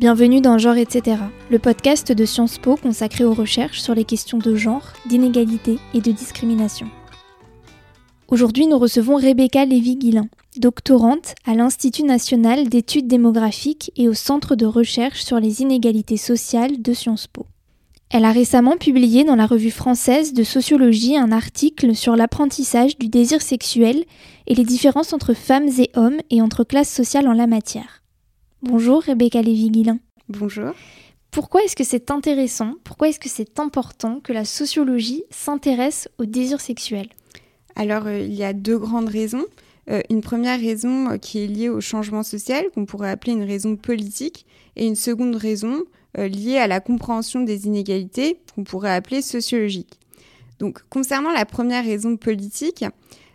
Bienvenue dans Genre etc., le podcast de Sciences Po consacré aux recherches sur les questions de genre, d'inégalité et de discrimination. Aujourd'hui, nous recevons Rebecca Lévy-Guillain, doctorante à l'Institut national d'études démographiques et au Centre de recherche sur les inégalités sociales de Sciences Po. Elle a récemment publié dans la revue française de sociologie un article sur l'apprentissage du désir sexuel et les différences entre femmes et hommes et entre classes sociales en la matière. Bonjour Rebecca Lévy-Guillain. Bonjour. Pourquoi est-ce que c'est intéressant, pourquoi est-ce que c'est important que la sociologie s'intéresse au désir sexuel ? Alors, il y a deux grandes raisons. Une première raison qui est liée au changement social, qu'on pourrait appeler une raison politique, et une seconde raison liée à la compréhension des inégalités, qu'on pourrait appeler sociologique. Donc, concernant la première raison politique,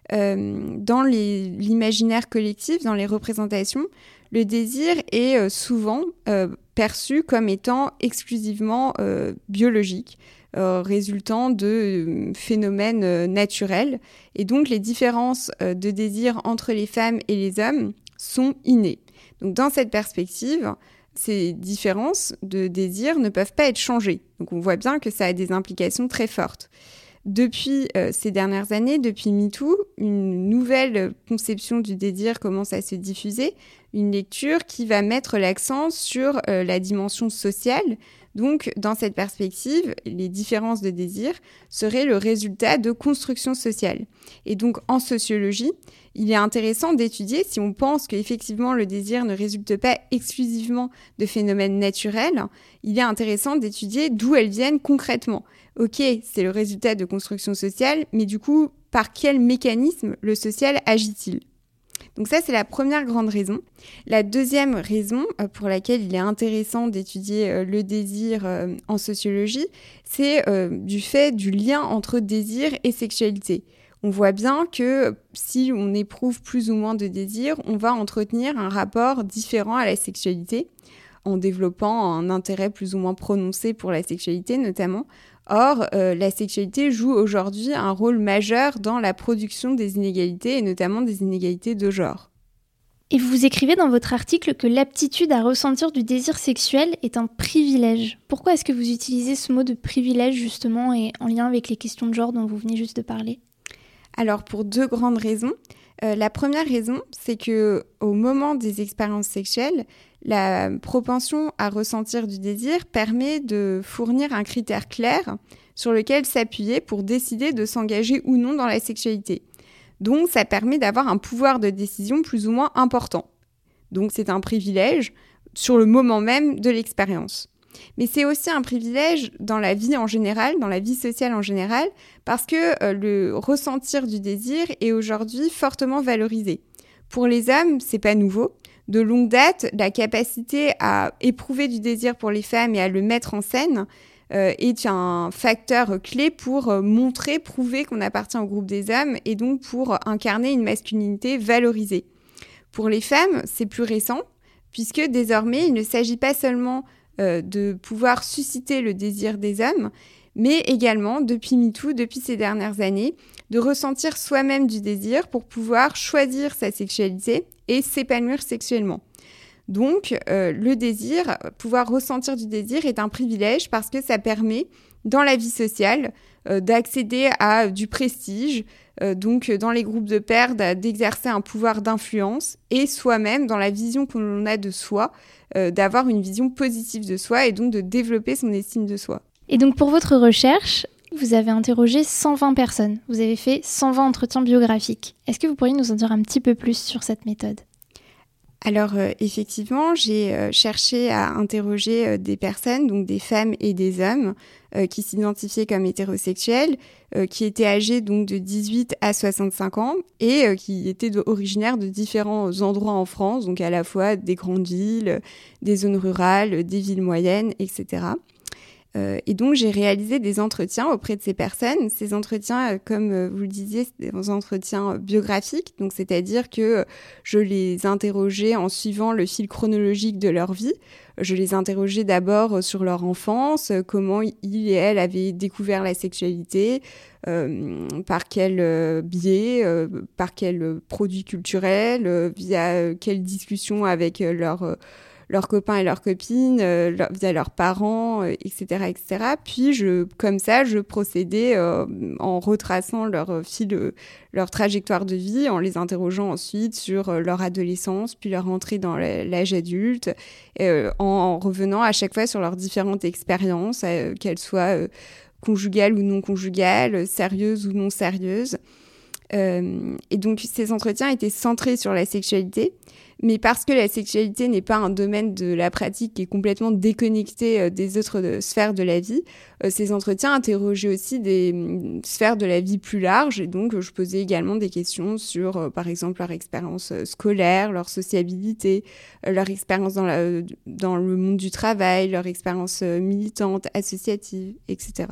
dans l'imaginaire collectif, dans les représentations, le désir est souvent perçu comme étant exclusivement biologique, résultant de phénomènes naturels. Et donc, les différences de désir entre les femmes et les hommes sont innées. Donc, dans cette perspective, ces différences de désir ne peuvent pas être changées. Donc, on voit bien que ça a des implications très fortes. Depuis ces dernières années, depuis MeToo, une nouvelle conception du désir commence à se diffuser, une lecture qui va mettre l'accent sur la dimension sociale. Donc, dans cette perspective, les différences de désir seraient le résultat de construction sociale. Et donc, en sociologie, il est intéressant d'étudier si on pense qu'effectivement le désir ne résulte pas exclusivement de phénomènes naturels, il est intéressant d'étudier d'où elles viennent concrètement. Ok, c'est le résultat de construction sociale, mais du coup, par quel mécanisme le social agit-il ? Donc ça, c'est la première grande raison. La deuxième raison pour laquelle il est intéressant d'étudier le désir en sociologie, c'est du fait du lien entre désir et sexualité. On voit bien que si on éprouve plus ou moins de désir, on va entretenir un rapport différent à la sexualité, en développant un intérêt plus ou moins prononcé pour la sexualité notamment. Or, la sexualité joue aujourd'hui un rôle majeur dans la production des inégalités, et notamment des inégalités de genre. Et vous écrivez dans votre article que l'aptitude à ressentir du désir sexuel est un privilège. Pourquoi est-ce que vous utilisez ce mot de privilège justement et en lien avec les questions de genre dont vous venez juste de parler ? Alors, pour deux grandes raisons. La première raison, c'est qu'au moment des expériences sexuelles, la propension à ressentir du désir permet de fournir un critère clair sur lequel s'appuyer pour décider de s'engager ou non dans la sexualité. Donc, ça permet d'avoir un pouvoir de décision plus ou moins important. Donc, c'est un privilège sur le moment même de l'expérience. Mais c'est aussi un privilège dans la vie en général, dans la vie sociale en général, parce que le ressentir du désir est aujourd'hui fortement valorisé. Pour les hommes, c'est pas nouveau. De longue date, la capacité à éprouver du désir pour les femmes et à le mettre en scène est un facteur clé pour montrer, prouver qu'on appartient au groupe des hommes et donc pour incarner une masculinité valorisée. Pour les femmes, c'est plus récent, puisque désormais, il ne s'agit pas seulement de pouvoir susciter le désir des hommes, mais également, depuis MeToo, depuis ces dernières années, de ressentir soi-même du désir pour pouvoir choisir sa sexualité et s'épanouir sexuellement. Donc, le désir, pouvoir ressentir du désir est un privilège parce que ça permet, dans la vie sociale, d'accéder à du prestige, donc dans les groupes de pairs, d'exercer un pouvoir d'influence et soi-même, dans la vision qu'on a de soi, d'avoir une vision positive de soi et donc de développer son estime de soi. Et donc pour votre recherche, vous avez interrogé 120 personnes. Vous avez fait 120 entretiens biographiques. Est-ce que vous pourriez nous en dire un petit peu plus sur cette méthode ? Alors effectivement, j'ai cherché à interroger des personnes, donc des femmes et des hommes, qui s'identifiaient comme hétérosexuels, qui étaient âgés donc de 18 à 65 ans et qui étaient originaires de différents endroits en France, donc à la fois des grandes villes, des zones rurales, des villes moyennes, etc. Et donc, j'ai réalisé des entretiens auprès de ces personnes. Ces entretiens, comme vous le disiez, c'est des entretiens biographiques. Donc, c'est-à-dire que je les interrogeais en suivant le fil chronologique de leur vie. Je les interrogeais d'abord sur leur enfance, comment ils et elles avaient découvert la sexualité, par quel biais, par quel produit culturel, via quelle discussion avec leurs copains et leurs copines, via leurs parents, etc., etc. Puis comme ça, je procédais en retraçant leur trajectoire de vie, en les interrogeant ensuite sur leur adolescence, puis leur entrée dans l'âge adulte, en revenant à chaque fois sur leurs différentes expériences, qu'elles soient conjugales ou non conjugales, sérieuses ou non sérieuses. Et donc, ces entretiens étaient centrés sur la sexualité, mais parce que la sexualité n'est pas un domaine de la pratique qui est complètement déconnecté des autres sphères de la vie, ces entretiens interrogeaient aussi des sphères de la vie plus larges, et donc je posais également des questions sur, par exemple, leur expérience scolaire, leur sociabilité, leur expérience dans le monde du travail, leur expérience militante, associative, etc.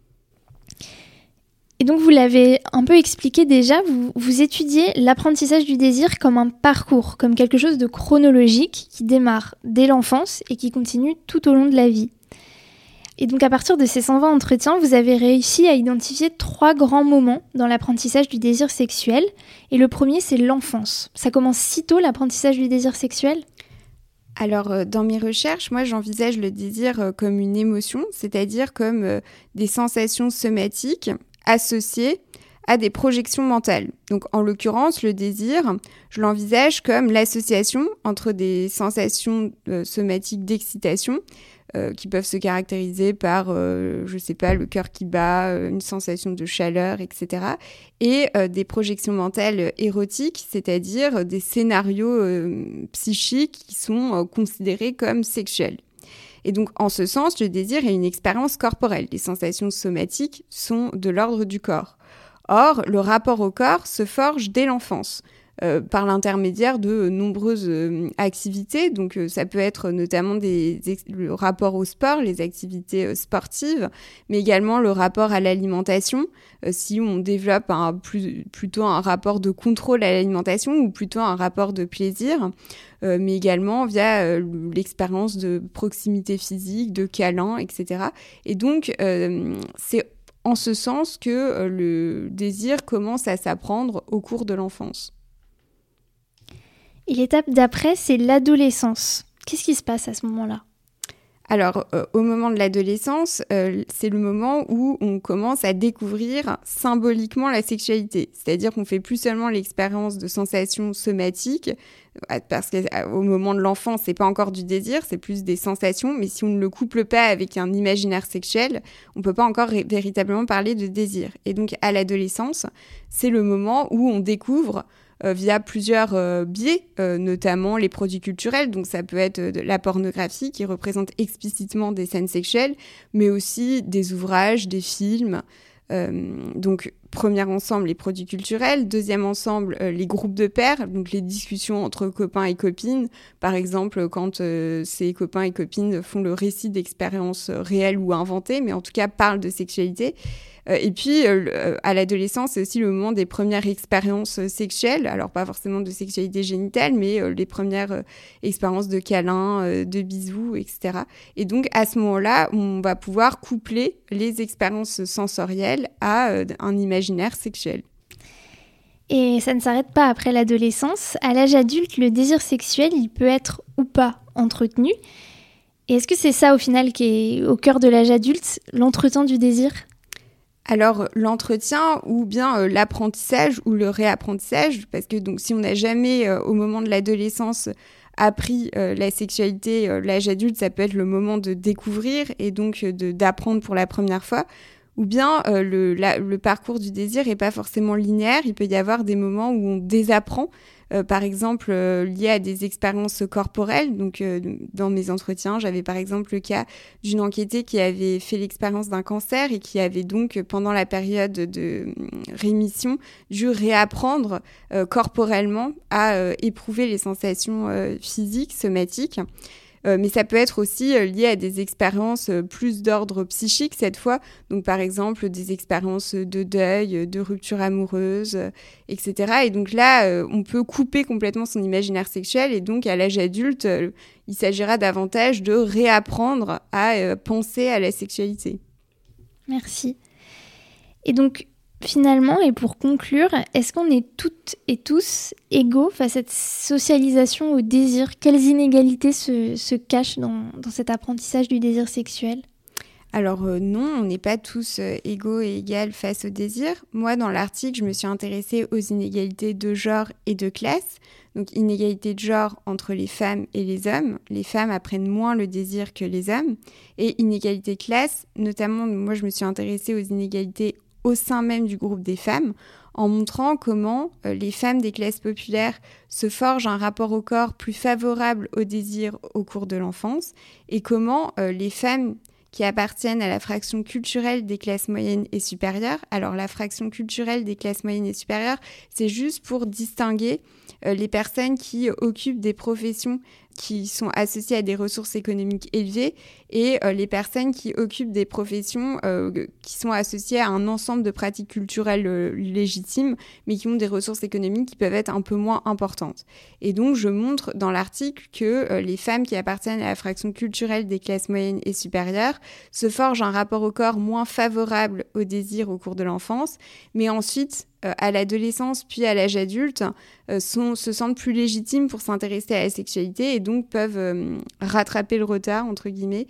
Et donc, vous l'avez un peu expliqué déjà, vous étudiez l'apprentissage du désir comme un parcours, comme quelque chose de chronologique qui démarre dès l'enfance et qui continue tout au long de la vie. Et donc, à partir de ces 120 entretiens, vous avez réussi à identifier 3 grands moments dans l'apprentissage du désir sexuel. Et le premier, c'est l'enfance. Ça commence si tôt, l'apprentissage du désir sexuel ? Alors, dans mes recherches, moi, j'envisage le désir comme une émotion, c'est-à-dire comme des sensations somatiques associées à des projections mentales. Donc, en l'occurrence, le désir, je l'envisage comme l'association entre des sensations somatiques d'excitation qui peuvent se caractériser par, le cœur qui bat, une sensation de chaleur, etc. Et des projections mentales érotiques, c'est-à-dire des scénarios psychiques qui sont considérés comme sexuels. Et donc, en ce sens, le désir est une expérience corporelle. Les sensations somatiques sont de l'ordre du corps. Or, le rapport au corps se forge dès l'enfance, par l'intermédiaire de nombreuses activités. Donc, ça peut être notamment le rapport au sport, les activités sportives, mais également le rapport à l'alimentation, si on développe plutôt un rapport de contrôle à l'alimentation ou plutôt un rapport de plaisir, mais également via l'expérience de proximité physique, de câlin, etc. Et donc, c'est en ce sens que le désir commence à s'apprendre au cours de l'enfance. Et l'étape d'après, c'est l'adolescence. Qu'est-ce qui se passe à ce moment-là ? Alors, au moment de l'adolescence, c'est le moment où on commence à découvrir symboliquement la sexualité. C'est-à-dire qu'on fait plus seulement l'expérience de sensations somatiques, parce qu'au moment de l'enfance, c'est pas encore du désir, c'est plus des sensations, mais si on ne le couple pas avec un imaginaire sexuel, on peut pas encore véritablement parler de désir. Et donc, à l'adolescence, c'est le moment où on découvre via plusieurs biais, notamment les produits culturels. Donc ça peut être la pornographie qui représente explicitement des scènes sexuelles, mais aussi des ouvrages, des films. Donc premier ensemble, les produits culturels. Deuxième ensemble, les groupes de pairs, donc les discussions entre copains et copines. Par exemple, quand ces copains et copines font le récit d'expériences réelles ou inventées, mais en tout cas parlent de sexualité. Et puis, à l'adolescence, c'est aussi le moment des premières expériences sexuelles. Alors, pas forcément de sexualité génitale, mais les premières expériences de câlins, de bisous, etc. Et donc, à ce moment-là, on va pouvoir coupler les expériences sensorielles à un imaginaire sexuel. Et ça ne s'arrête pas après l'adolescence. À l'âge adulte, le désir sexuel, il peut être ou pas entretenu. Et est-ce que c'est ça, au final, qui est au cœur de l'âge adulte, l'entretien du désir ? Alors, l'entretien ou bien l'apprentissage ou le réapprentissage, parce que donc si on n'a jamais, au moment de l'adolescence, appris la sexualité, l'âge adulte, ça peut être le moment de découvrir et donc d'apprendre pour la première fois. Ou bien le parcours du désir n'est pas forcément linéaire, il peut y avoir des moments où on désapprend, par exemple lié à des expériences corporelles. Donc dans mes entretiens, j'avais par exemple le cas d'une enquêtée qui avait fait l'expérience d'un cancer et qui avait donc pendant la période de rémission dû réapprendre corporellement à éprouver les sensations physiques, somatiques. Mais ça peut être aussi lié à des expériences plus d'ordre psychique cette fois. Donc par exemple des expériences de deuil, de rupture amoureuse, etc. Et donc là, on peut couper complètement son imaginaire sexuel et donc à l'âge adulte, il s'agira davantage de réapprendre à penser à la sexualité. Merci. Et donc Finalement, et pour conclure, est-ce qu'on est toutes et tous égaux face à cette socialisation au désir ? Quelles inégalités se cachent dans cet apprentissage du désir sexuel ? Alors non, on n'est pas tous égaux et égales face au désir. Moi, dans l'article, je me suis intéressée aux inégalités de genre et de classe. Donc, inégalité de genre entre les femmes et les hommes. Les femmes apprennent moins le désir que les hommes. Et inégalité de classe, notamment, moi, je me suis intéressée aux inégalités au sein même du groupe des femmes, en montrant comment les femmes des classes populaires se forgent un rapport au corps plus favorable au désir au cours de l'enfance, et comment les femmes qui appartiennent à la fraction culturelle des classes moyennes et supérieures. Alors la fraction culturelle des classes moyennes et supérieures, c'est juste pour distinguer les personnes qui occupent des professions qui sont associées à des ressources économiques élevées et les personnes qui occupent des professions qui sont associées à un ensemble de pratiques culturelles légitimes, mais qui ont des ressources économiques qui peuvent être un peu moins importantes. Et donc, je montre dans l'article que les femmes qui appartiennent à la fraction culturelle des classes moyennes et supérieures se forgent un rapport au corps moins favorable au désir au cours de l'enfance, mais ensuite, à l'adolescence puis à l'âge adulte, se sentent plus légitimes pour s'intéresser à la sexualité et donc peuvent rattraper le retard, entre guillemets,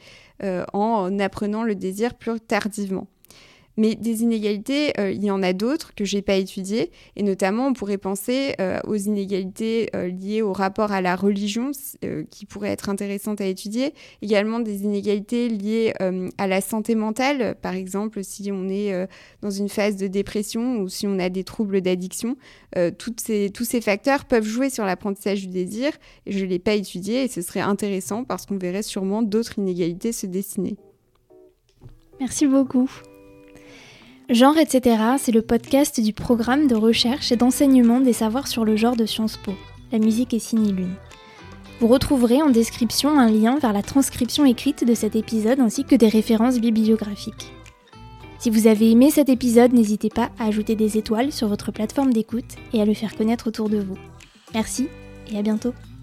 en apprenant le désir plus tardivement. Mais des inégalités, il y en a d'autres que je n'ai pas étudiées, et notamment on pourrait penser aux inégalités liées au rapport à la religion, qui pourraient être intéressantes à étudier, également des inégalités liées à la santé mentale, par exemple si on est dans une phase de dépression ou si on a des troubles d'addiction, tous ces facteurs peuvent jouer sur l'apprentissage du désir, et je ne l'ai pas étudié, et ce serait intéressant parce qu'on verrait sûrement d'autres inégalités se dessiner. Merci beaucoup. Genre, etc., c'est le podcast du programme de recherche et d'enseignement des savoirs sur le genre de Sciences Po. La musique est signée Lune. Vous retrouverez en description un lien vers la transcription écrite de cet épisode ainsi que des références bibliographiques. Si vous avez aimé cet épisode, n'hésitez pas à ajouter des étoiles sur votre plateforme d'écoute et à le faire connaître autour de vous. Merci et à bientôt.